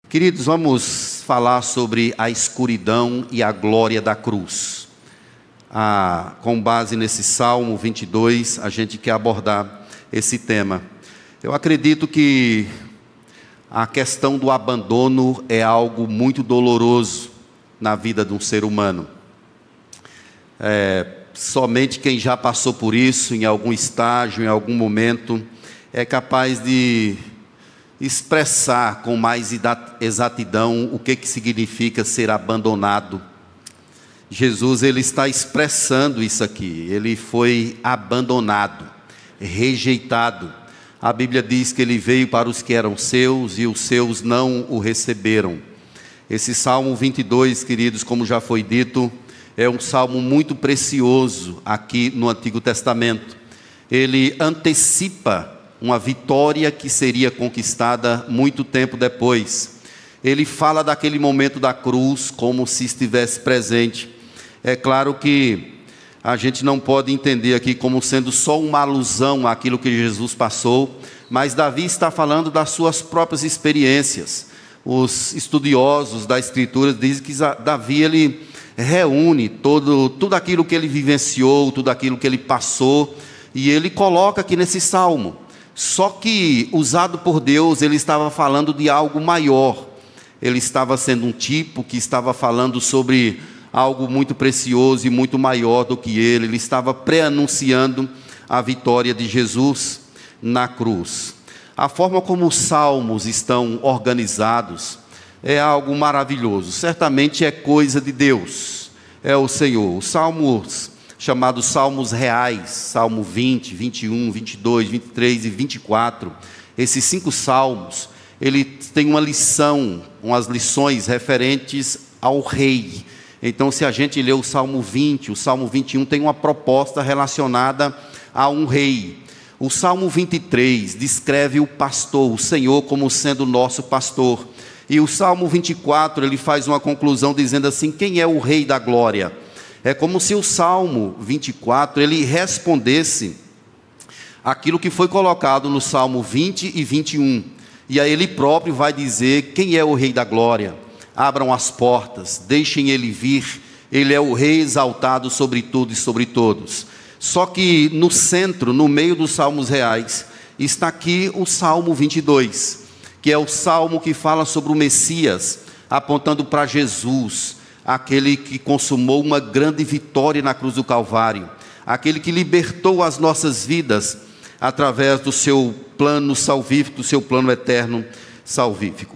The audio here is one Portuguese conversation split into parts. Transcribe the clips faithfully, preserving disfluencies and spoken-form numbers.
Queridos, vamos falar sobre a escuridão e a glória da cruz. Ah, com base nesse Salmo vinte e dois, a gente quer abordar esse tema. Eu acredito que a questão do abandono é algo muito doloroso na vida de um ser humano. É, somente quem já passou por isso, em algum estágio, em algum momento, é capaz de expressar com mais exatidão o que, que significa ser abandonado. Jesus, ele está expressando isso aqui. Ele foi abandonado, rejeitado. A Bíblia diz que ele veio para os que eram seus e os seus não o receberam. Esse Salmo vinte e dois, queridos, como já foi dito, é um salmo muito precioso aqui no Antigo Testamento. Ele antecipa uma vitória que seria conquistada muito tempo depois. Ele fala daquele momento da cruz como se estivesse presente. É claro que a gente não pode entender aqui como sendo só uma alusão àquilo que Jesus passou, mas Davi está falando das suas próprias experiências. Os estudiosos da Escritura dizem que Davi, ele reúne todo, tudo aquilo que ele vivenciou, tudo aquilo que ele passou, e ele coloca aqui nesse salmo. Só que, usado por Deus, ele estava falando de algo maior. Ele estava sendo um tipo que estava falando sobre algo muito precioso e muito maior do que ele. Ele estava pré-anunciando a vitória de Jesus na cruz. A forma como os salmos estão organizados é algo maravilhoso. Certamente é coisa de Deus, é o Senhor. Os salmos chamados salmos reais, Salmo vinte, vinte e um, vinte e dois, vinte e três e vinte e quatro, esses cinco salmos, ele tem uma lição, umas lições referentes ao rei. Então, se a gente ler o Salmo vinte, o Salmo vinte e um tem uma proposta relacionada a um rei. O Salmo vinte e três descreve o pastor, o Senhor como sendo nosso pastor. E o Salmo vinte e quatro, ele faz uma conclusão dizendo assim: quem é o rei da glória? É como se o Salmo vinte e quatro, ele respondesse aquilo que foi colocado no Salmo vinte e vinte e um. E aí ele próprio vai dizer quem é o Rei da Glória. Abram as portas, deixem ele vir, ele é o Rei exaltado sobre tudo e sobre todos. Só que no centro, no meio dos salmos reais, está aqui o Salmo vinte e dois, que é o salmo que fala sobre o Messias, apontando para Jesus, aquele que consumou uma grande vitória na cruz do Calvário, aquele que libertou as nossas vidas através do seu plano salvífico, do seu plano eterno salvífico.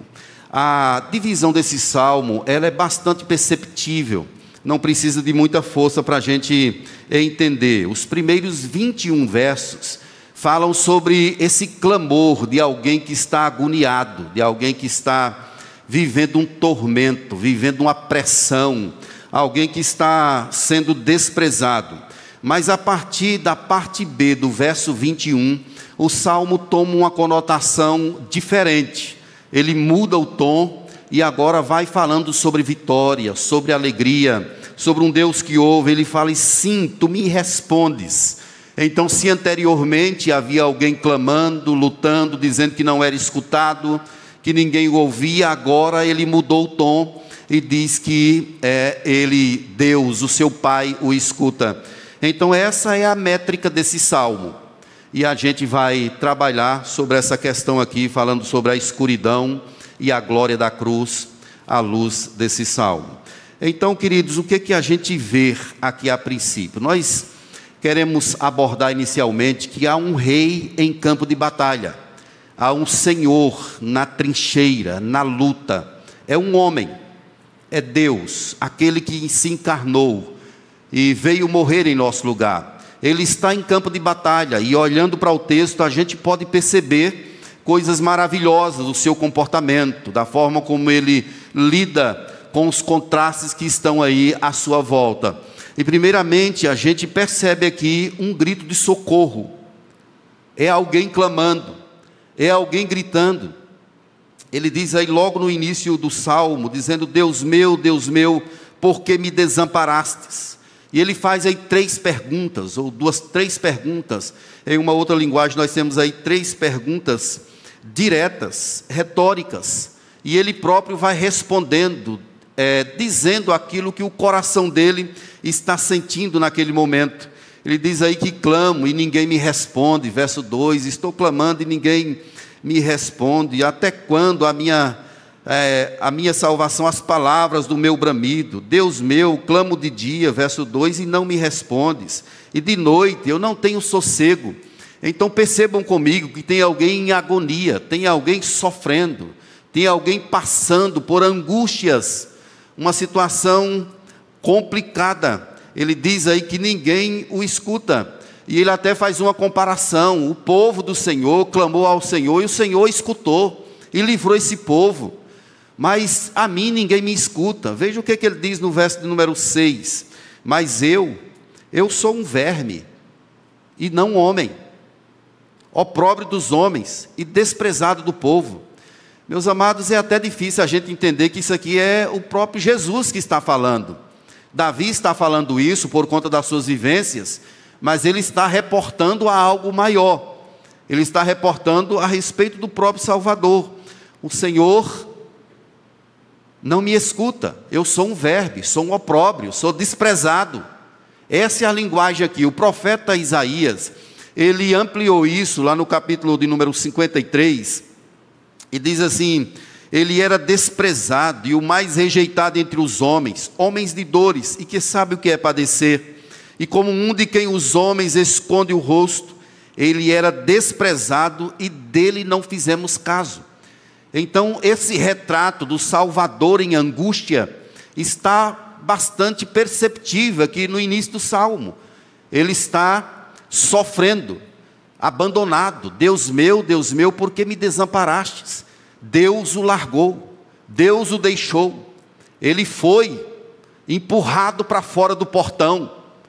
A divisão desse salmo, ela é bastante perceptível, não precisa de muita força para a gente entender. Os primeiros vinte e um versos falam sobre esse clamor de alguém que está agoniado, de alguém que está vivendo um tormento, vivendo uma pressão, alguém que está sendo desprezado. Mas a partir da parte B do verso vinte e um, o salmo toma uma conotação diferente. Ele muda o tom e agora vai falando sobre vitória, sobre alegria, sobre um Deus que ouve. Ele fala: e sim, tu me respondes. Então, se anteriormente havia alguém clamando, lutando, dizendo que não era escutado, que ninguém o ouvia, agora ele mudou o tom e diz que é, ele, Deus, o seu Pai, o escuta. Então essa é a métrica desse salmo, e a gente vai trabalhar sobre essa questão aqui, falando sobre a escuridão e a glória da cruz, à luz desse salmo. Então, queridos, o que, que a gente vê aqui a princípio? Nós queremos abordar inicialmente que há um rei em campo de batalha. Há um Senhor na trincheira, na luta. É um homem, é Deus, aquele que se encarnou e veio morrer em nosso lugar. Ele está em campo de batalha, e olhando para o texto, a gente pode perceber coisas maravilhosas do seu comportamento, da forma como ele lida com os contrastes que estão aí à sua volta. E primeiramente, a gente percebe aqui um grito de socorro. É alguém clamando. É alguém gritando. Ele diz aí logo no início do salmo, dizendo: Deus meu, Deus meu, por que me desamparastes? E ele faz aí três perguntas, ou duas, três perguntas. Em uma outra linguagem nós temos aí três perguntas diretas, retóricas. e ele próprio vai respondendo, é, dizendo aquilo que o coração dele está sentindo naquele momento. Ele diz aí que clamo e ninguém me responde, verso dois, estou clamando e ninguém me responde, até quando a minha, é, a minha salvação, as palavras do meu bramido, Deus meu, clamo de dia, verso dois, e não me respondes, e de noite eu não tenho sossego. Então percebam comigo que tem alguém em agonia, tem alguém sofrendo, tem alguém passando por angústias, uma situação complicada. Ele diz aí que ninguém o escuta, e ele até faz uma comparação, o povo do Senhor clamou ao Senhor, e o Senhor escutou, e livrou esse povo, mas a mim ninguém me escuta. Veja o que, que ele diz no verso de número seis, mas eu, eu sou um verme, e não um homem, opróbrio dos homens, e desprezado do povo. Meus amados, é até difícil a gente entender que isso aqui é o próprio Jesus que está falando. Davi está falando isso por conta das suas vivências, mas ele está reportando a algo maior. Ele está reportando a respeito do próprio Salvador. O Senhor não me escuta, eu sou um verme, sou um opróbrio, sou desprezado. Essa é a linguagem aqui. O profeta Isaías, ele ampliou isso lá no capítulo de número cinquenta e três, e diz assim: ele era desprezado e o mais rejeitado entre os homens, homens de dores, e que sabe o que é padecer, e como um de quem os homens escondem o rosto, ele era desprezado e dele não fizemos caso. Então esse retrato do Salvador em angústia está bastante perceptível aqui no início do Salmo. Ele está sofrendo, abandonado. Deus meu, Deus meu, por que me desamparastes? Deus o largou, Deus o deixou, ele foi empurrado para fora do portão,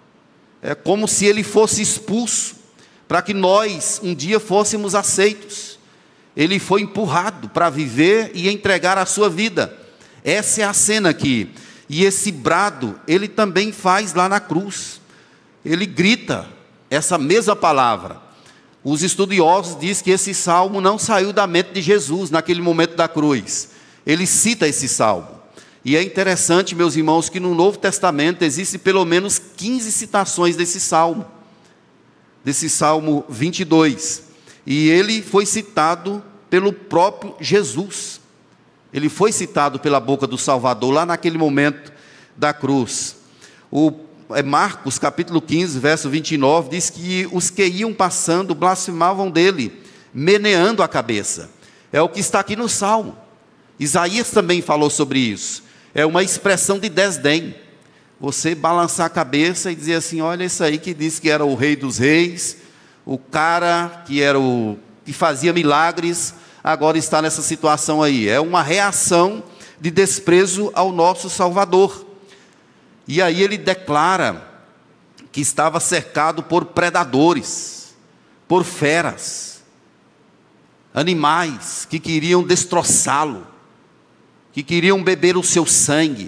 é como se ele fosse expulso, para que nós um dia fôssemos aceitos. Ele foi empurrado para viver e entregar a sua vida. Essa é a cena aqui, e esse brado, ele também faz lá na cruz, ele grita essa mesma palavra. Os estudiosos dizem que esse salmo não saiu da mente de Jesus naquele momento da cruz. Ele cita esse salmo. E é interessante, meus irmãos, que no Novo Testamento existem pelo menos quinze citações desse salmo. Desse salmo vinte e dois. E ele foi citado pelo próprio Jesus. Ele foi citado pela boca do Salvador lá naquele momento da cruz. O Marcos capítulo quinze, verso vinte e nove, diz que os que iam passando blasfemavam dele, meneando a cabeça. É o que está aqui no Salmo. Isaías também falou sobre isso. É uma expressão de desdém. Você balançar a cabeça e dizer assim: olha, esse aí que disse que era o rei dos reis, o cara que era o que fazia milagres, agora está nessa situação aí. É uma reação de desprezo ao nosso Salvador. E aí ele declara que estava cercado por predadores, por feras, animais que queriam destroçá-lo, que queriam beber o seu sangue,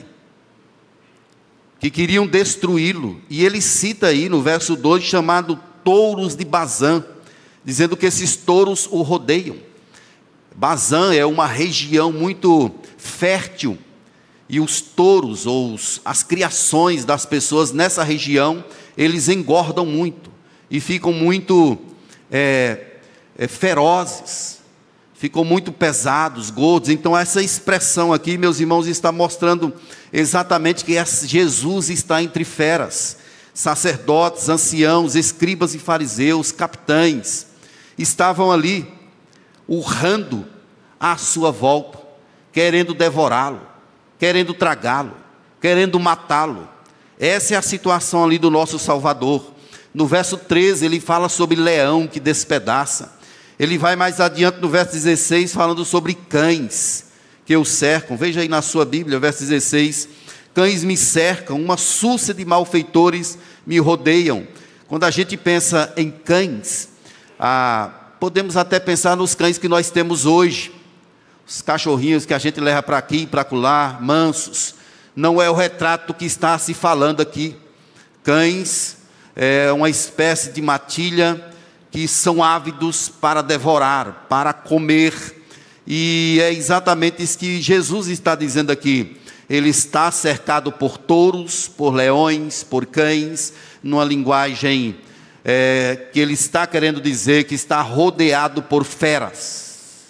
que queriam destruí-lo. E ele cita aí no verso dois, chamado touros de Bazã, dizendo que esses touros o rodeiam. Bazã é uma região muito fértil, e os touros, ou os, as criações das pessoas nessa região, eles engordam muito, e ficam muito é, é, ferozes, ficam muito pesados, gordos. Então essa expressão aqui, meus irmãos, está mostrando exatamente que Jesus está entre feras. Sacerdotes, anciãos, escribas e fariseus, capitães, estavam ali, urrando à sua volta, querendo devorá-lo, querendo tragá-lo, querendo matá-lo. Essa é a situação ali do nosso Salvador. No verso treze ele fala sobre leão que despedaça. Ele vai mais adiante no verso dezesseis falando sobre cães que o cercam. Veja aí na sua Bíblia, verso dezesseis: cães me cercam, uma súcia de malfeitores me rodeiam. Quando a gente pensa em cães, ah, podemos até pensar nos cães que nós temos hoje, os cachorrinhos que a gente leva para aqui e para acolá, mansos. Não é o retrato que está se falando aqui. Cães é uma espécie de matilha que são ávidos para devorar, para comer. E é exatamente isso que Jesus está dizendo aqui. Ele está cercado por touros, por leões, por cães, numa linguagem é, que ele está querendo dizer que está rodeado por feras.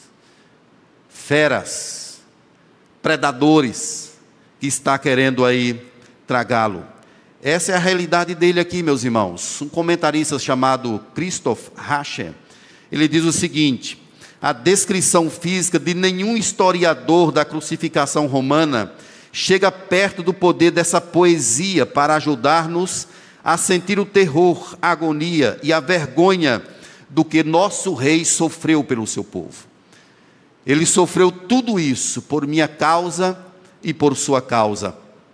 Feras, predadores, que está querendo aí tragá-lo. Essa é a realidade dele aqui, meus irmãos. Um comentarista chamado Christoph Rache, ele diz o seguinte: a descrição física de nenhum historiador da crucificação romana chega perto do poder dessa poesia para ajudar-nos a sentir o terror, a agonia e a vergonha do que nosso rei sofreu pelo seu povo. Ele sofreu tudo isso por minha causa e por sua causa.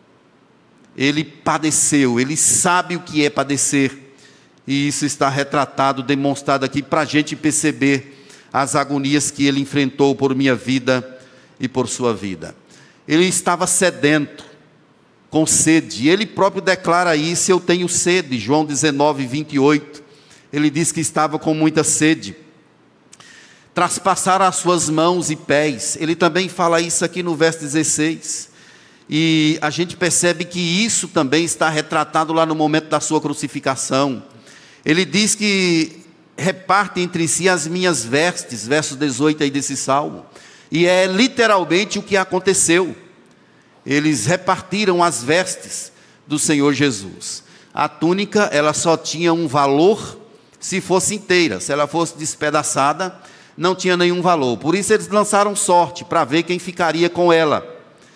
Ele padeceu, ele sabe o que é padecer, e isso está retratado, demonstrado aqui para a gente perceber as agonias que ele enfrentou por minha vida e por sua vida. Ele estava sedento, com sede, ele próprio declara isso: eu tenho sede. João dezenove, vinte e oito, ele diz que estava com muita sede. Traspassaram as suas mãos e pés, ele também fala isso aqui no verso dezesseis, e a gente percebe que isso também está retratado lá no momento da sua crucificação. Ele diz que reparte entre si as minhas vestes, verso dezoito aí desse salmo, e é literalmente o que aconteceu. Eles repartiram as vestes do Senhor Jesus. A túnica, ela só tinha um valor se fosse inteira. Se ela fosse despedaçada, não tinha nenhum valor. Por isso eles lançaram sorte, para ver quem ficaria com ela.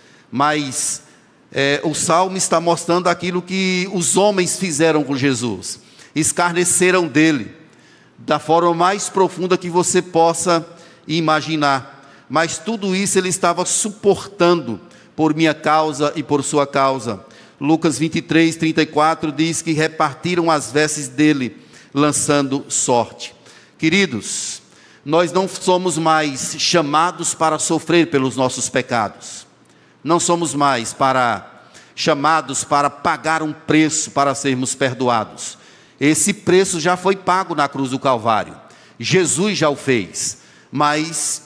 Mas é, o Salmo está mostrando aquilo que os homens fizeram com Jesus. Escarneceram dele, da forma mais profunda que você possa imaginar. Mas tudo isso ele estava suportando por minha causa e por sua causa. Lucas vinte e três, trinta e quatro diz que repartiram as vestes dele, lançando sorte. Queridos, nós não somos mais chamados para sofrer pelos nossos pecados. Não somos mais para, chamados para pagar um preço para sermos perdoados. Esse preço já foi pago na cruz do Calvário. Jesus já o fez. Mas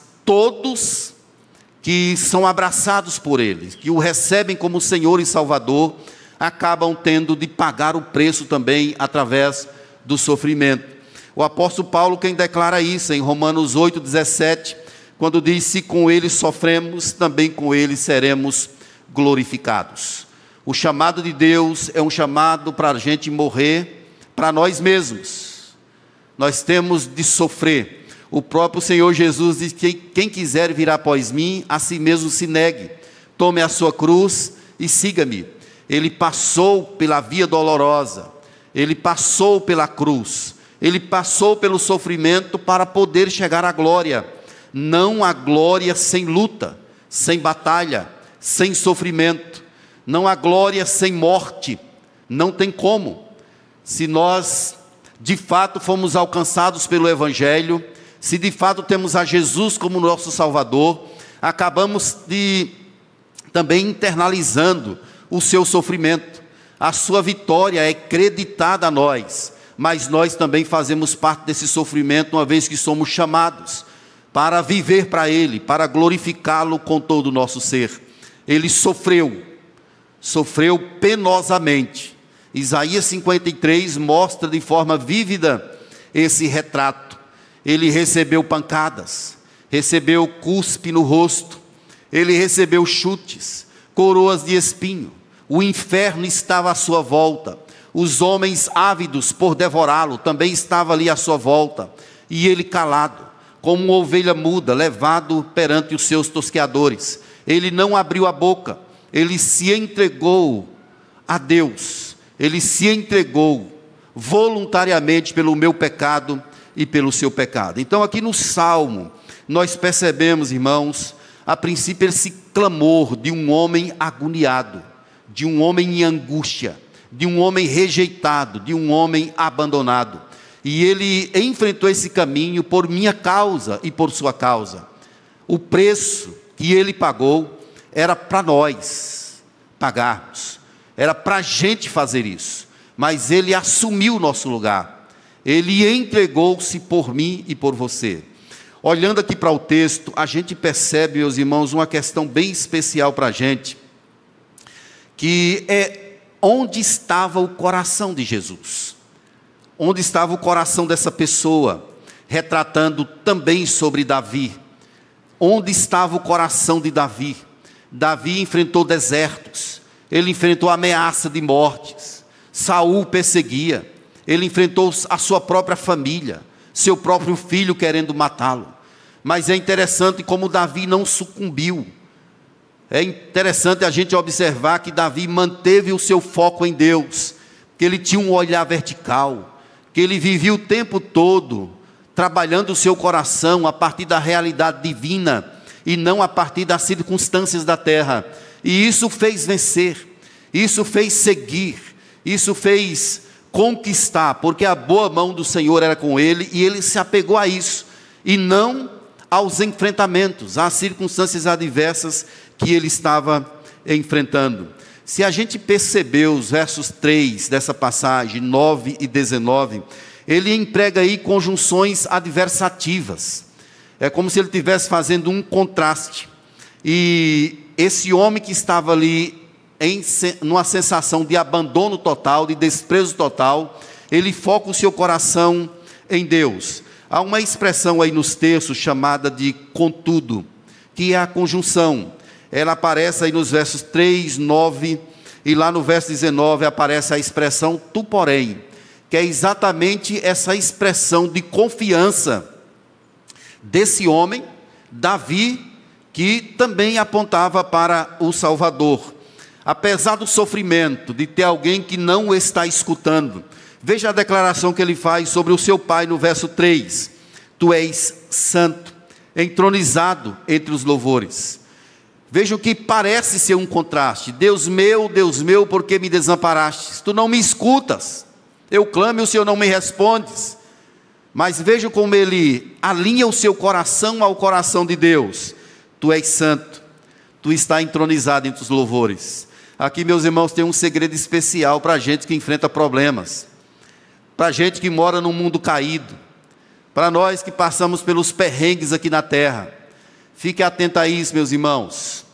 todos que são abraçados por Ele, que o recebem como Senhor e Salvador, acabam tendo de pagar o preço também através do sofrimento. O apóstolo Paulo quem declara isso em Romanos oito, dezessete, quando diz: se com Ele sofremos, também com Ele seremos glorificados. O chamado de Deus é um chamado para a gente morrer para nós mesmos. Nós temos de sofrer. O próprio Senhor Jesus diz que quem quiser vir após mim, a si mesmo se negue, tome a sua cruz e siga-me. Ele passou pela via dolorosa, ele passou pela cruz, ele passou pelo sofrimento para poder chegar à glória. Não há glória sem luta, sem batalha, sem sofrimento. Não há glória sem morte. Não tem como. Se nós de fato fomos alcançados pelo Evangelho, se de fato temos a Jesus como nosso Salvador, acabamos de também internalizando o seu sofrimento. A sua vitória é creditada a nós, mas nós também fazemos parte desse sofrimento, uma vez que somos chamados para viver para Ele, para glorificá-lo com todo o nosso ser. Ele sofreu, sofreu penosamente. Isaías cinquenta e três mostra de forma vívida esse retrato. Ele recebeu pancadas, recebeu cuspe no rosto, ele recebeu chutes, coroas de espinho. O inferno estava à sua volta, os homens ávidos por devorá-lo também estavam ali à sua volta, e ele calado, como uma ovelha muda, levado perante os seus tosqueadores. Ele não abriu a boca, ele se entregou a Deus, ele se entregou voluntariamente pelo meu pecado e pelo seu pecado. Então aqui no Salmo, nós percebemos, irmãos, a princípio esse clamor de um homem agoniado, de um homem em angústia, de um homem rejeitado, de um homem abandonado. E ele enfrentou esse caminho por minha causa e por sua causa. O preço que ele pagou era para nós pagarmos, era para a gente fazer isso, mas ele assumiu o nosso lugar. Ele entregou-se por mim e por você. Olhando aqui para o texto, a gente percebe, meus irmãos, uma questão bem especial para a gente, que é onde estava o coração de Jesus, onde estava o coração dessa pessoa, retratando também sobre Davi, onde estava o coração de Davi. Davi enfrentou desertos, ele enfrentou ameaça de mortes, Saul perseguia, ele enfrentou a sua própria família, seu próprio filho querendo matá-lo. Mas é interessante como Davi não sucumbiu. É interessante a gente observar que Davi manteve o seu foco em Deus, que ele tinha um olhar vertical, que ele vivia o tempo todo trabalhando o seu coração a partir da realidade divina e não a partir das circunstâncias da terra. E isso fez vencer, isso fez seguir, isso fez conquistar, porque a boa mão do Senhor era com ele e ele se apegou a isso, e não aos enfrentamentos, às circunstâncias adversas que ele estava enfrentando. Se a gente perceber os versos três dessa passagem, nove e dezenove, ele emprega aí conjunções adversativas. É como se ele estivesse fazendo um contraste. E esse homem que estava ali em numa sensação de abandono total, de desprezo total, ele foca o seu coração em Deus. Há uma expressão aí nos textos chamada de contudo, que é a conjunção. Ela aparece aí nos versos três, nove, e lá no verso dezenove aparece a expressão tu porém, que é exatamente essa expressão de confiança desse homem, Davi, que também apontava para o Salvador. Apesar do sofrimento, de ter alguém que não o está escutando, veja a declaração que ele faz sobre o seu pai no verso três. Tu és santo, entronizado entre os louvores. Vejam que parece ser um contraste. Deus meu, Deus meu, por que me desamparastes? Tu não me escutas. Eu clamo e o Senhor não me respondes. Mas vejam como ele alinha o seu coração ao coração de Deus. Tu és santo, tu estás entronizado entre os louvores. Aqui, meus irmãos, tem um segredo especial para a gente que enfrenta problemas, para a gente que mora num mundo caído, para nós que passamos pelos perrengues aqui na terra. Fique atento a isso, meus irmãos.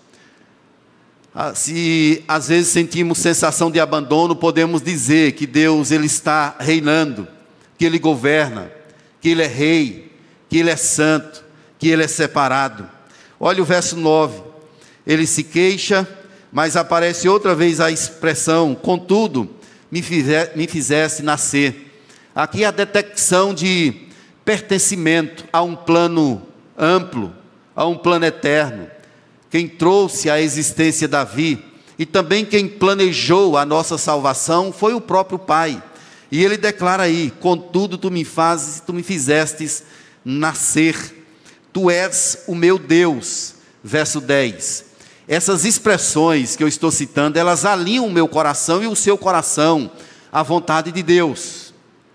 Se às vezes sentimos sensação de abandono, podemos dizer que Deus ele está reinando, que Ele governa, que Ele é rei, que Ele é santo, que Ele é separado. Olha o verso nove, ele se queixa, mas aparece outra vez a expressão, contudo, me, fizer, me fizesse nascer. Aqui a detecção de pertencimento a um plano amplo, a um plano eterno. Quem trouxe à existência Davi, e também quem planejou a nossa salvação, foi o próprio Pai. E ele declara aí, contudo tu me fazes, tu me fizestes nascer, tu és o meu Deus. Verso dez, essas expressões que eu estou citando, elas alinham o meu coração e o seu coração à vontade de Deus,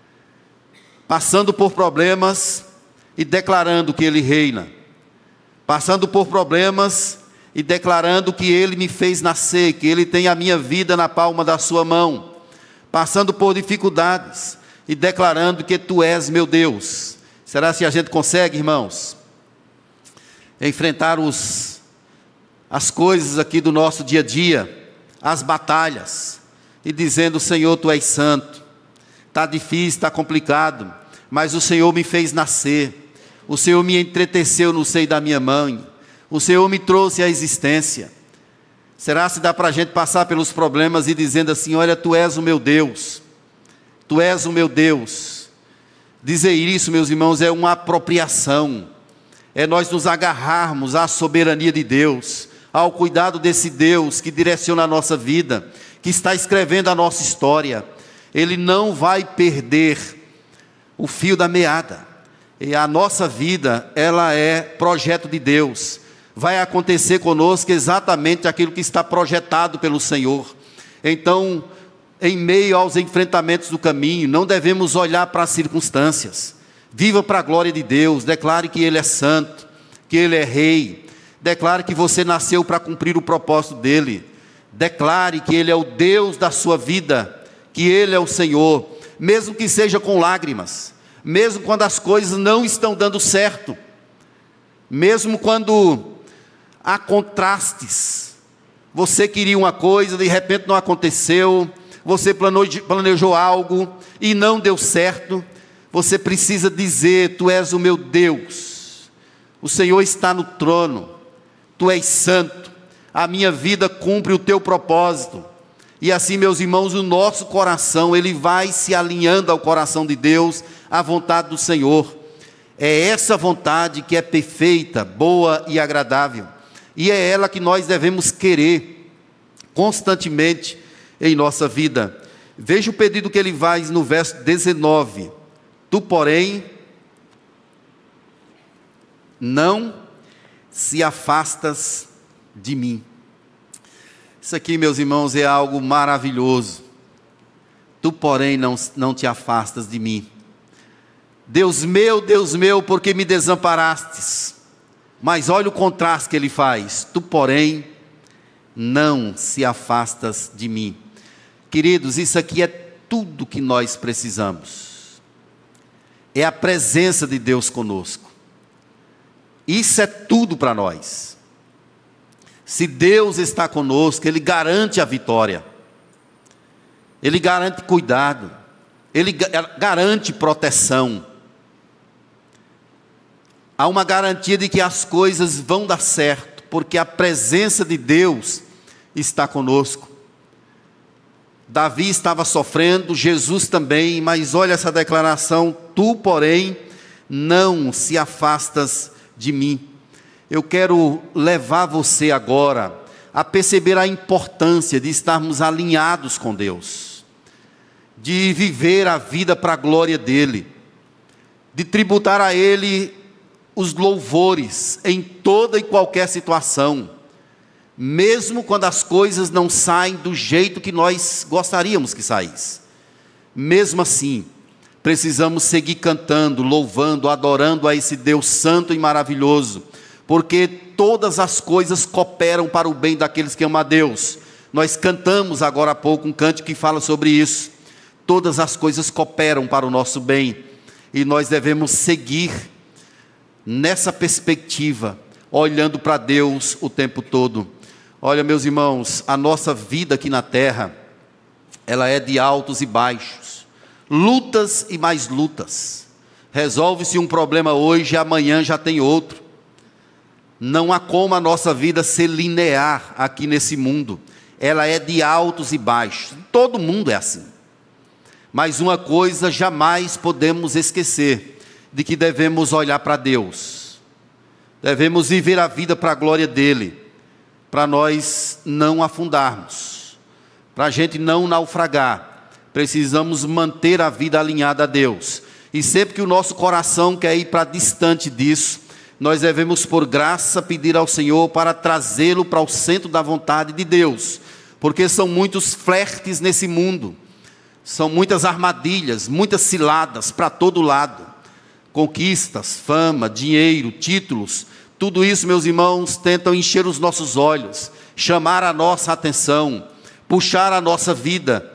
passando por problemas e declarando que Ele reina, passando por problemas e declarando que Ele me fez nascer, que Ele tem a minha vida na palma da sua mão, passando por dificuldades e declarando que Tu és meu Deus. Será que a gente consegue, irmãos, enfrentar os, as coisas aqui do nosso dia a dia, as batalhas, e dizendo, Senhor, Tu és santo, está difícil, está complicado, mas o Senhor me fez nascer, o Senhor me entreteceu no seio da minha mãe, o Senhor me trouxe à existência. Será se dá para a gente passar pelos problemas e dizendo assim, olha, Tu és o meu Deus, Tu és o meu Deus. Dizer isso, meus irmãos, é uma apropriação, é nós nos agarrarmos à soberania de Deus, ao cuidado desse Deus que direciona a nossa vida, que está escrevendo a nossa história. Ele não vai perder o fio da meada. E a nossa vida, ela é projeto de Deus. Vai acontecer conosco exatamente aquilo que está projetado pelo Senhor. Então, em meio aos enfrentamentos do caminho, não devemos olhar para as circunstâncias. Viva para a glória de Deus, declare que Ele é santo, que Ele é rei, declare que você nasceu para cumprir o propósito dEle, declare que Ele é o Deus da sua vida, que Ele é o Senhor, mesmo que seja com lágrimas, mesmo quando as coisas não estão dando certo, Mesmo quando há contrastes, você queria uma coisa, de repente não aconteceu, você planejou algo e não deu certo, você precisa dizer: Tu és o meu Deus, o Senhor está no trono, Tu és santo, a minha vida cumpre o Teu propósito. E assim, meus irmãos, o nosso coração, ele vai se alinhando ao coração de Deus, à vontade do Senhor. É essa vontade que é perfeita, boa e agradável. E é ela que nós devemos querer constantemente em nossa vida. Veja o pedido que ele faz no verso dezenove. Tu, porém, não se afastas de mim. Isso aqui, meus irmãos, é algo maravilhoso. Tu, porém, não, não te afastas de mim. Deus meu, Deus meu, por que me desamparastes? Mas olha o contraste que ele faz. Tu, porém, não se afastas de mim. Queridos, isso aqui é tudo que nós precisamos. É a presença de Deus conosco. Isso é tudo para nós. Se Deus está conosco, Ele garante a vitória. Ele garante cuidado. Ele garante proteção. Há uma garantia de que as coisas vão dar certo, porque a presença de Deus está conosco. Davi estava sofrendo, Jesus também, mas olha essa declaração: Tu, porém, não se afastas de mim. Eu quero levar você agora a perceber a importância de estarmos alinhados com Deus, de viver a vida para a glória dEle, de tributar a Ele os louvores em toda e qualquer situação, mesmo quando as coisas não saem do jeito que nós gostaríamos que saísse. Mesmo assim, precisamos seguir cantando, louvando, adorando a esse Deus santo e maravilhoso, porque todas as coisas cooperam para o bem daqueles que amam a Deus. Nós cantamos agora há pouco um cântico que fala sobre isso. Todas as coisas cooperam para o nosso bem, e nós devemos seguir nessa perspectiva, olhando para Deus o tempo todo. Olha, meus irmãos, a nossa vida aqui na terra, ela é de altos e baixos, lutas e mais lutas. Resolve-se um problema hoje, amanhã já tem outro. Não há como a nossa vida ser linear aqui nesse mundo. Ela é de altos e baixos. Todo mundo é assim. Mas uma coisa jamais podemos esquecer, de que devemos olhar para Deus. Devemos viver a vida para a glória dEle, para nós não afundarmos, para a gente não naufragar. Precisamos manter a vida alinhada a Deus. E sempre que o nosso coração quer ir para distante disso, nós devemos, por graça, pedir ao Senhor para trazê-lo para o centro da vontade de Deus, porque são muitos flertes nesse mundo, são muitas armadilhas, muitas ciladas para todo lado, conquistas, fama, dinheiro, títulos, tudo isso, meus irmãos, tentam encher os nossos olhos, chamar a nossa atenção, puxar a nossa vida,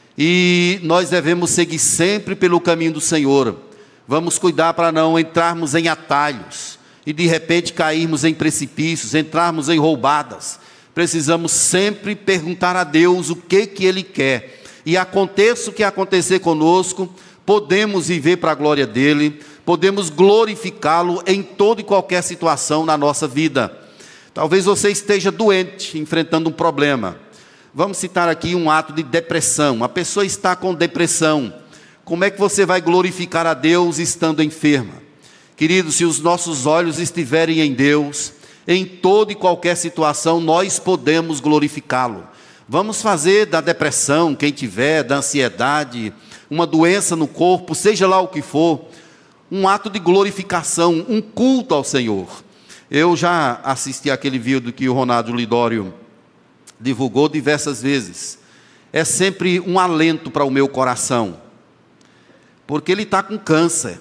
e nós devemos seguir sempre pelo caminho do Senhor. Vamos cuidar para não entrarmos em atalhos, e de repente cairmos em precipícios, entrarmos em roubadas. Precisamos sempre perguntar a Deus o que que Ele quer, e aconteça o que acontecer conosco, podemos viver para a glória dEle, podemos glorificá-lo em toda e qualquer situação na nossa vida. Talvez você esteja doente, enfrentando um problema. Vamos citar aqui um ato de depressão. A pessoa está com depressão. Como é que você vai glorificar a Deus estando enferma? Queridos, se os nossos olhos estiverem em Deus, em toda e qualquer situação, nós podemos glorificá-lo. Vamos fazer da depressão, quem tiver, da ansiedade, uma doença no corpo, seja lá o que for, um ato de glorificação, um culto ao Senhor. Eu já assisti aquele vídeo que o Ronaldo Lidório divulgou diversas vezes. É sempre um alento para o meu coração, porque ele está com câncer.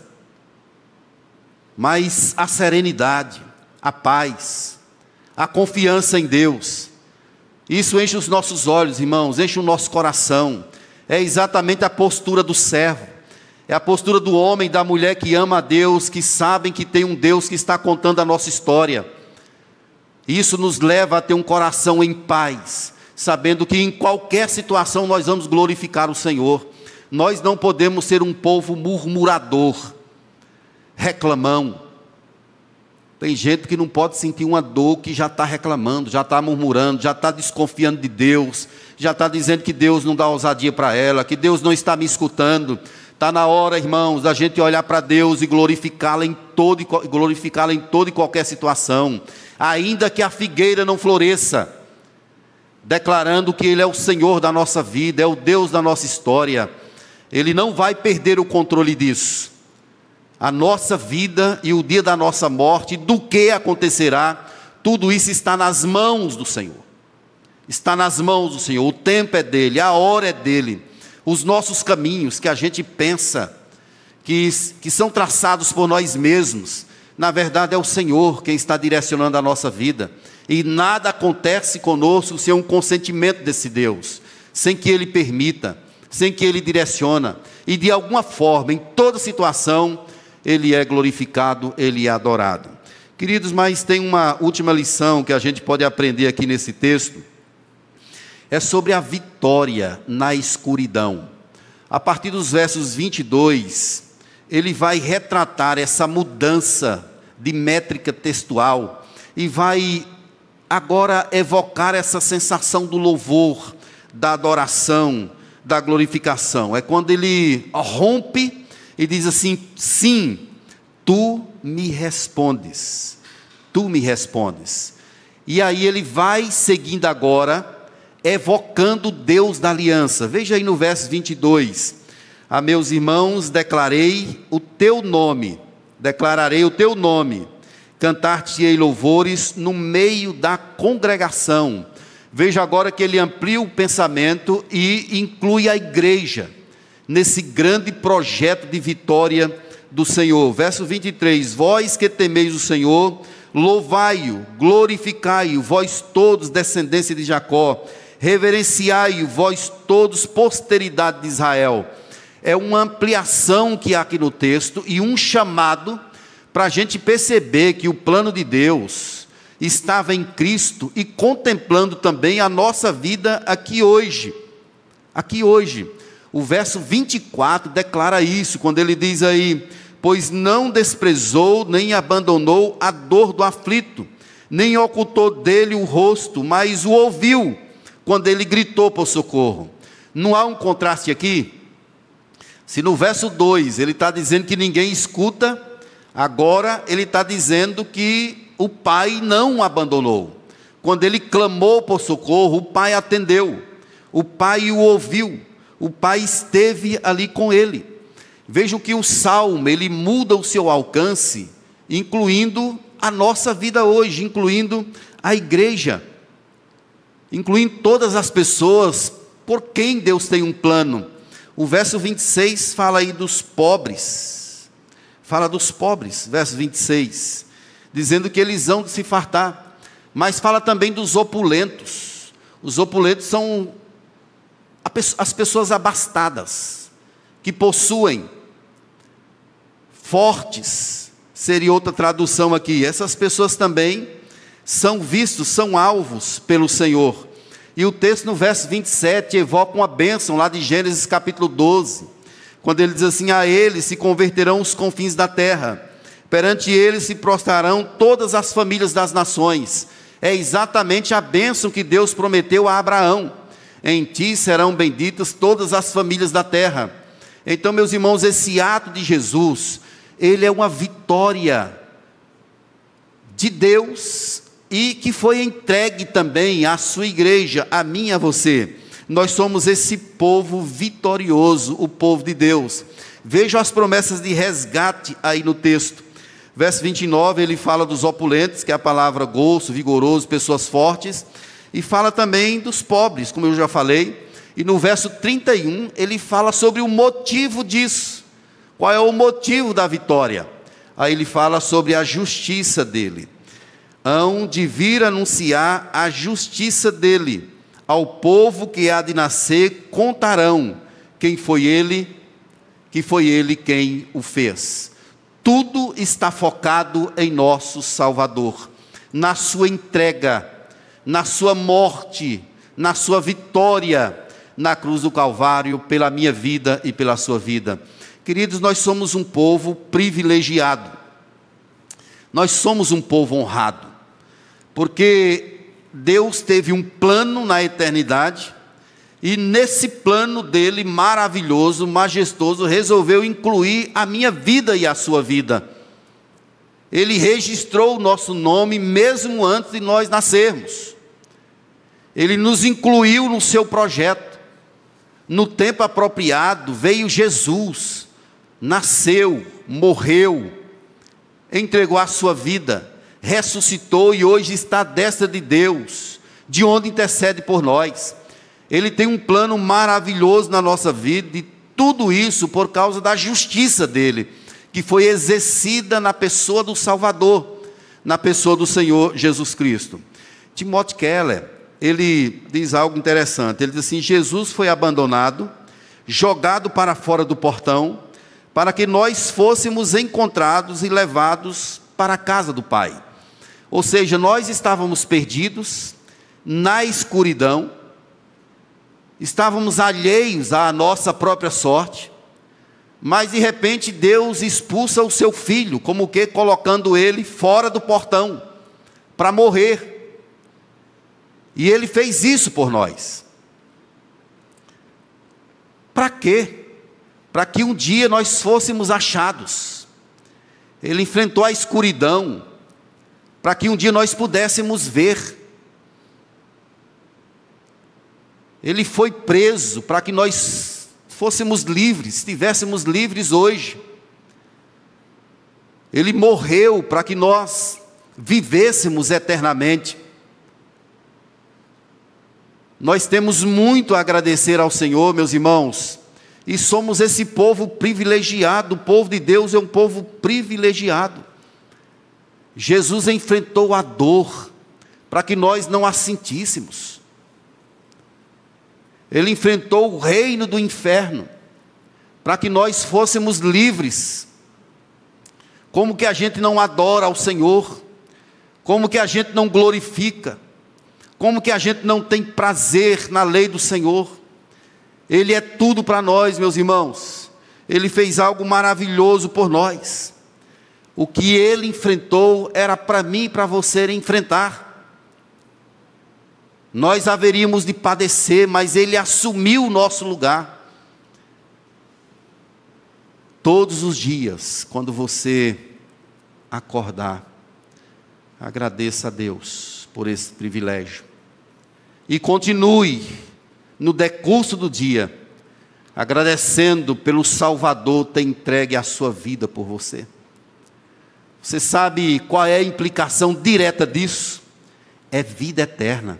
Mas a serenidade, a paz, a confiança em Deus, isso enche os nossos olhos, irmãos, enche o nosso coração. É exatamente a postura do servo. É a postura do homem e da mulher que ama a Deus, que sabem que tem um Deus que está contando a nossa história. Isso nos leva a ter um coração em paz, sabendo que em qualquer situação nós vamos glorificar o Senhor. Nós não podemos ser um povo murmurador, reclamão. Tem gente que não pode sentir uma dor que já está reclamando, já está murmurando, já está desconfiando de Deus, já está dizendo que Deus não dá ousadia para ela, que Deus não está me escutando. Está na hora, irmãos, da gente olhar para Deus e glorificá-la em todo, glorificá-la em toda e qualquer situação, ainda que a figueira não floresça, declarando que Ele é o Senhor da nossa vida, é o Deus da nossa história. Ele não vai perder o controle disso. A nossa vida e o dia da nossa morte, do que acontecerá, tudo isso está nas mãos do Senhor. Está nas mãos do Senhor, o tempo é dEle, a hora é dEle. Os nossos caminhos que a gente pensa, que, que são traçados por nós mesmos, na verdade é o Senhor quem está direcionando a nossa vida. E nada acontece conosco sem um consentimento desse Deus, sem que Ele permita, sem que Ele direciona. E de alguma forma, em toda situação, Ele é glorificado, Ele é adorado. Queridos, mas tem uma última lição que a gente pode aprender aqui nesse texto. É sobre a vitória na escuridão. A partir dos versos vinte e dois, ele vai retratar essa mudança de métrica textual e vai agora evocar essa sensação do louvor, da adoração, da glorificação. É quando ele rompe e diz assim: sim, tu me respondes, tu me respondes. E aí ele vai seguindo agora, evocando o Deus da aliança. Veja aí no verso vinte e dois: a meus irmãos declarei o teu nome, declararei o teu nome, cantar-te-ei louvores no meio da congregação. Veja agora que ele amplia o pensamento e inclui a igreja nesse grande projeto de vitória do Senhor. Verso vinte e três: vós que temeis o Senhor, louvai-o, glorificai-o, vós todos, descendência de Jacó, reverenciai-o, vós todos, posteridade de Israel. É uma ampliação que há aqui no texto e um chamado para a gente perceber que o plano de Deus estava em Cristo e contemplando também a nossa vida aqui hoje. Aqui hoje. O verso vinte e quatro declara isso, quando ele diz aí: pois não desprezou, nem abandonou a dor do aflito, nem ocultou dele o rosto, mas o ouviu, quando ele gritou por socorro. Não há um contraste aqui? Se no verso dois ele está dizendo que ninguém escuta, agora ele está dizendo que o Pai não o abandonou. Quando ele clamou por socorro, o Pai atendeu, o Pai o ouviu, o Pai esteve ali com ele. Vejam que o Salmo, ele muda o seu alcance, incluindo a nossa vida hoje, incluindo a igreja, incluindo todas as pessoas por quem Deus tem um plano. O verso vinte e seis fala aí dos pobres, fala dos pobres, verso vinte e seis, dizendo que eles hão de se fartar, mas fala também dos opulentos. Os opulentos são as pessoas abastadas, que possuem, fortes, seria outra tradução aqui. Essas pessoas também são vistos, são alvos pelo Senhor. E o texto no verso vinte e sete evoca uma bênção lá de Gênesis capítulo doze, quando ele diz assim: a eles se converterão os confins da terra, perante eles se prostrarão todas as famílias das nações. É exatamente a bênção que Deus prometeu a Abraão: em ti serão benditas todas as famílias da terra. Então, meus irmãos, esse ato de Jesus, ele é uma vitória de Deus e que foi entregue também à sua igreja, a mim e a você. Nós somos esse povo vitorioso, o povo de Deus. Vejam as promessas de resgate aí no texto. Verso vinte e nove, ele fala dos opulentos, que é a palavra gozo, vigoroso, pessoas fortes. E fala também dos pobres, como eu já falei. E no verso trinta e um, ele fala sobre o motivo disso. Qual é o motivo da vitória? Aí ele fala sobre a justiça dele. Hão de vir anunciar a justiça dele. Ao povo que há de nascer contarão quem foi ele que foi Ele quem o fez. Tudo está focado em nosso Salvador, na sua entrega, na sua morte, na sua vitória na cruz do Calvário, pela minha vida e pela sua vida. Queridos, nós somos um povo privilegiado, nós somos um povo honrado, porque Deus teve um plano na eternidade, e nesse plano dele, maravilhoso, majestoso, resolveu incluir a minha vida e a sua vida. Ele registrou o nosso nome mesmo antes de nós nascermos. Ele nos incluiu no seu projeto. No tempo apropriado veio Jesus, nasceu, morreu, entregou a sua vida, ressuscitou e hoje está à destra de Deus, de onde intercede por nós. Ele tem um plano maravilhoso na nossa vida, e tudo isso por causa da justiça dele, que foi exercida na pessoa do Salvador, na pessoa do Senhor Jesus Cristo. Timothy Keller, ele diz algo interessante. Ele diz assim: Jesus foi abandonado, jogado para fora do portão, para que nós fôssemos encontrados e levados para a casa do Pai. Ou seja, nós estávamos perdidos na escuridão, estávamos alheios à nossa própria sorte, mas de repente Deus expulsa o seu filho, como que colocando ele fora do portão, para morrer. E ele fez isso por nós. Para quê? Para que um dia nós fôssemos achados. Ele enfrentou a escuridão, para que um dia nós pudéssemos ver. Ele foi preso para que nós fôssemos livres, estivéssemos livres hoje. Ele morreu para que nós vivêssemos eternamente. Nós temos muito a agradecer ao Senhor, meus irmãos, e somos esse povo privilegiado. O povo de Deus é um povo privilegiado. Jesus enfrentou a dor para que nós não a sentíssemos. Ele enfrentou o reino do inferno para que nós fôssemos livres. Como que a gente não adora ao Senhor? Como que a gente não glorifica? Como que a gente não tem prazer na lei do Senhor? Ele é tudo para nós, meus irmãos. Ele fez algo maravilhoso por nós. O que Ele enfrentou era para mim e para você enfrentar. Nós haveríamos de padecer, mas Ele assumiu o nosso lugar. Todos os dias, quando você acordar, agradeça a Deus por esse privilégio. E continue no decurso do dia, agradecendo pelo Salvador ter entregue a sua vida por você. Você sabe qual é a implicação direta disso? É vida eterna.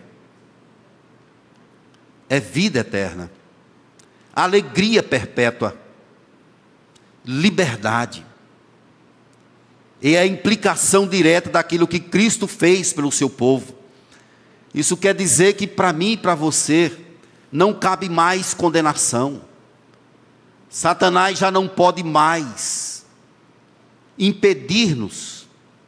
É vida eterna, alegria perpétua, liberdade. E é a implicação direta daquilo que Cristo fez pelo seu povo. Isso quer dizer que para mim e para você não cabe mais condenação. Satanás já não pode mais impedir-nos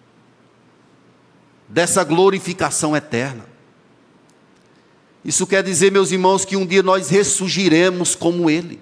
dessa glorificação eterna. Isso quer dizer, meus irmãos, que um dia nós ressurgiremos como Ele.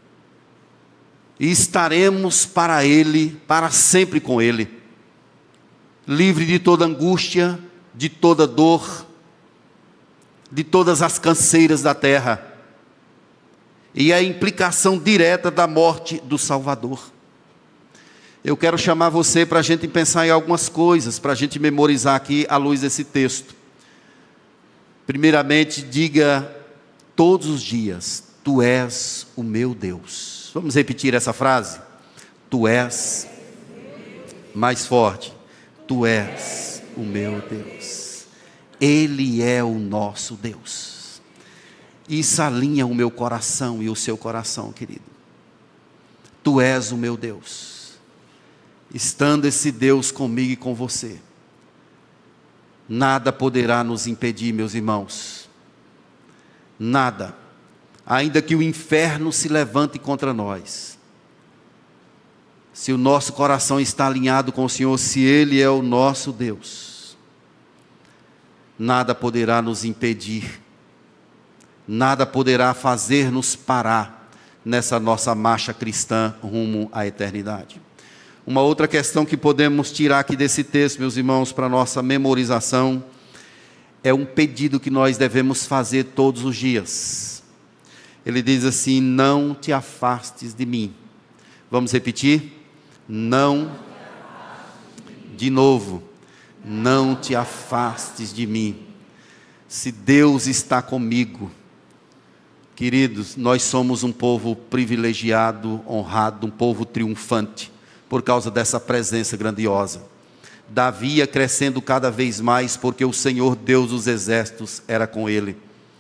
E estaremos para Ele, para sempre com Ele. Livre de toda angústia, de toda dor, de todas as canseiras da terra. E a implicação direta da morte do Salvador. Eu quero chamar você para a gente pensar em algumas coisas, para a gente memorizar aqui à luz desse texto. Primeiramente, diga todos os dias: Tu és o meu Deus. Vamos repetir essa frase? Tu és, mais forte, Tu és o meu Deus. Ele é o nosso Deus. Isso alinha o meu coração e o seu coração, querido. Tu és o meu Deus. Estando esse Deus comigo e com você, nada poderá nos impedir, meus irmãos. Nada. Ainda que o inferno se levante contra nós, se o nosso coração está alinhado com o Senhor, se Ele é o nosso Deus, nada poderá nos impedir, nada poderá fazer-nos parar nessa nossa marcha cristã rumo à eternidade. Uma outra questão que podemos tirar aqui desse texto, meus irmãos, para nossa memorização, é um pedido que nós devemos fazer todos os dias. Ele diz assim: não te afastes de mim. Vamos repetir? Não, de novo, não te afastes de mim. Se Deus está comigo, queridos, nós somos um povo privilegiado, honrado, um povo triunfante, por causa dessa presença grandiosa. Davi ia crescendo cada vez mais, porque o Senhor Deus dos exércitos era com ele.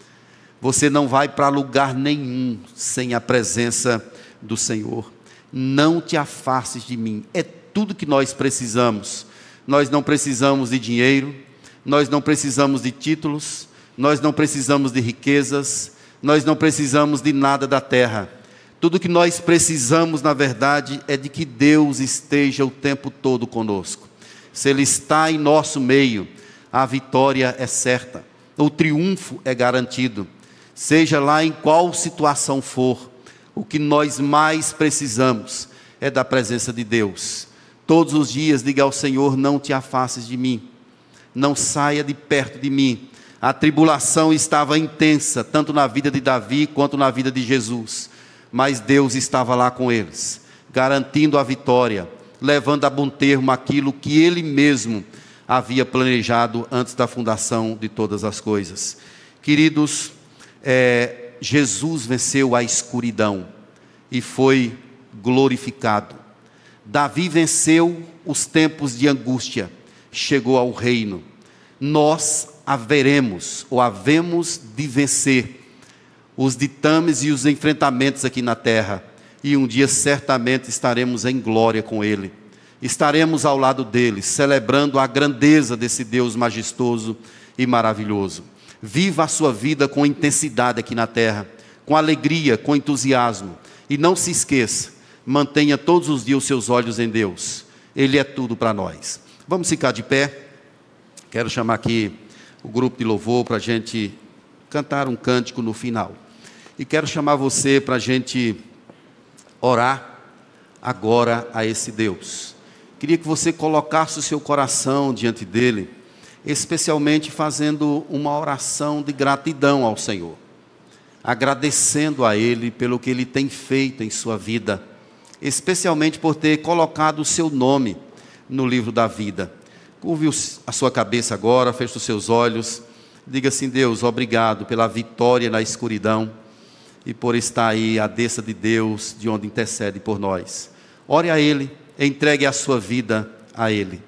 Você não vai para lugar nenhum sem a presença do Senhor. Não te afastes de mim. É tudo que nós precisamos. Nós não precisamos de dinheiro, nós não precisamos de títulos, nós não precisamos de riquezas, nós não precisamos de nada da terra. Tudo que nós precisamos, na verdade, é de que Deus esteja o tempo todo conosco. Se Ele está em nosso meio, a vitória é certa, o triunfo é garantido. Seja lá em qual situação for, o que nós mais precisamos é da presença de Deus. Todos os dias diga ao Senhor: não te afastes de mim, não saia de perto de mim. A tribulação estava intensa, tanto na vida de Davi quanto na vida de Jesus, mas Deus estava lá com eles, garantindo a vitória, levando a bom termo aquilo que Ele mesmo havia planejado antes da fundação de todas as coisas. Queridos, é, Jesus venceu a escuridão e foi glorificado. Davi venceu os tempos de angústia, chegou ao reino. Nós haveremos, ou havemos de vencer os ditames e os enfrentamentos aqui na terra, e um dia certamente estaremos em glória com Ele. Estaremos ao lado dele, celebrando a grandeza desse Deus majestoso e maravilhoso. Viva a sua vida com intensidade aqui na terra, com alegria, com entusiasmo. E não se esqueça, mantenha todos os dias os seus olhos em Deus. Ele é tudo para nós. Vamos ficar de pé. Quero chamar aqui o grupo de louvor para a gente cantar um cântico no final. E quero chamar você para a gente orar agora a esse Deus. Queria que você colocasse o seu coração diante dele, especialmente fazendo uma oração de gratidão ao Senhor, agradecendo a Ele pelo que Ele tem feito em sua vida, especialmente por ter colocado o seu nome no livro da vida. Curve a sua cabeça agora, feche os seus olhos, diga assim: Deus, obrigado pela vitória na escuridão e por estar aí à destra de Deus, de onde intercede por nós. Ore a Ele, entregue a sua vida a Ele.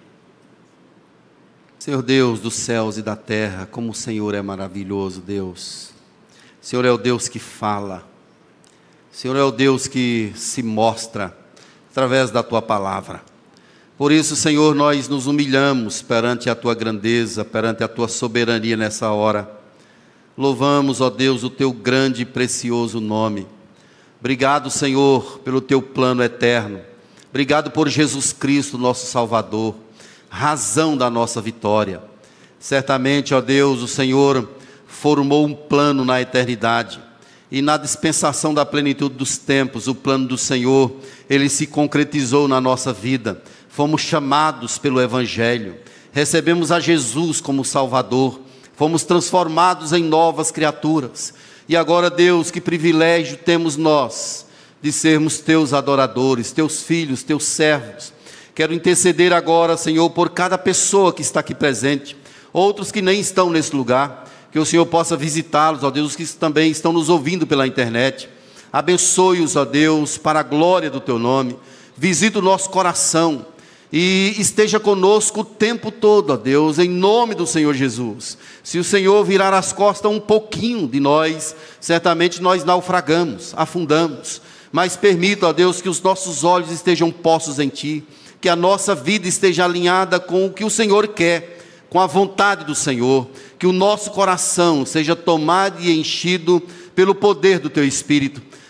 Senhor Deus dos céus e da terra, como o Senhor é maravilhoso, Deus. O Senhor é o Deus que fala. O Senhor é o Deus que se mostra através da Tua palavra. Por isso, Senhor, nós nos humilhamos perante a Tua grandeza, perante a Tua soberania nessa hora. Louvamos, ó Deus, o Teu grande e precioso nome. Obrigado, Senhor, pelo Teu plano eterno. Obrigado por Jesus Cristo, nosso Salvador, razão da nossa vitória. Certamente, ó Deus, o Senhor formou um plano na eternidade, e na dispensação da plenitude dos tempos, o plano do Senhor, ele se concretizou na nossa vida. Fomos chamados pelo Evangelho, recebemos a Jesus como Salvador, fomos transformados em novas criaturas, e agora, Deus, que privilégio temos nós, de sermos Teus adoradores, Teus filhos, Teus servos. Quero interceder agora, Senhor, por cada pessoa que está aqui presente, outros que nem estão nesse lugar, que o Senhor possa visitá-los, ó Deus, que também estão nos ouvindo pela internet. Abençoe-os, ó Deus, para a glória do Teu nome. Visita o nosso coração e esteja conosco o tempo todo, ó Deus, em nome do Senhor Jesus. Se o Senhor virar as costas um pouquinho de nós, certamente nós naufragamos, afundamos. Mas permita, ó Deus, que os nossos olhos estejam postos em Ti, que a nossa vida esteja alinhada com o que o Senhor quer, com a vontade do Senhor, que o nosso coração seja tomado e enchido pelo poder do Teu Espírito.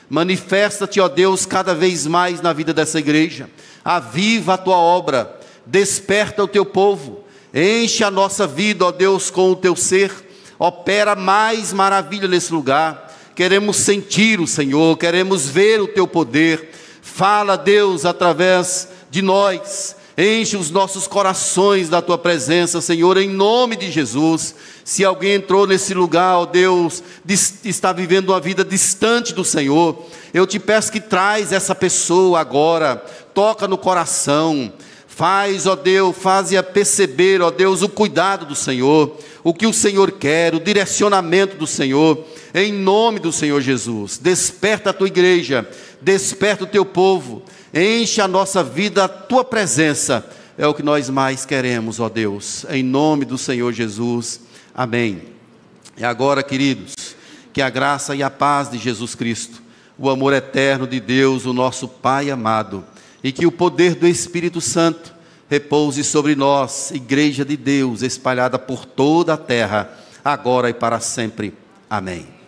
Manifesta-te, ó Deus, cada vez mais na vida dessa igreja. Aviva a tua obra, desperta o teu povo, enche a nossa vida, ó Deus, com o teu ser. Opera mais maravilha nesse lugar. Queremos sentir o Senhor, queremos ver o teu poder. Fala, Deus, através de nós. Enche os nossos corações da tua presença, Senhor, em nome de Jesus. Se alguém entrou nesse lugar, ó Deus, está vivendo uma vida distante do Senhor, eu te peço que traz essa pessoa agora, toca no coração, faz, ó Deus, faz-a perceber, ó Deus, o cuidado do Senhor, o que o Senhor quer, o direcionamento do Senhor, em nome do Senhor Jesus. Desperta a tua igreja, desperta o teu povo, enche a nossa vida, a tua presença, é o que nós mais queremos, ó Deus, em nome do Senhor Jesus, amém. E agora, queridos, que a graça e a paz de Jesus Cristo, o amor eterno de Deus, o nosso Pai amado, e que o poder do Espírito Santo repouse sobre nós, igreja de Deus, espalhada por toda a terra, agora e para sempre, amém.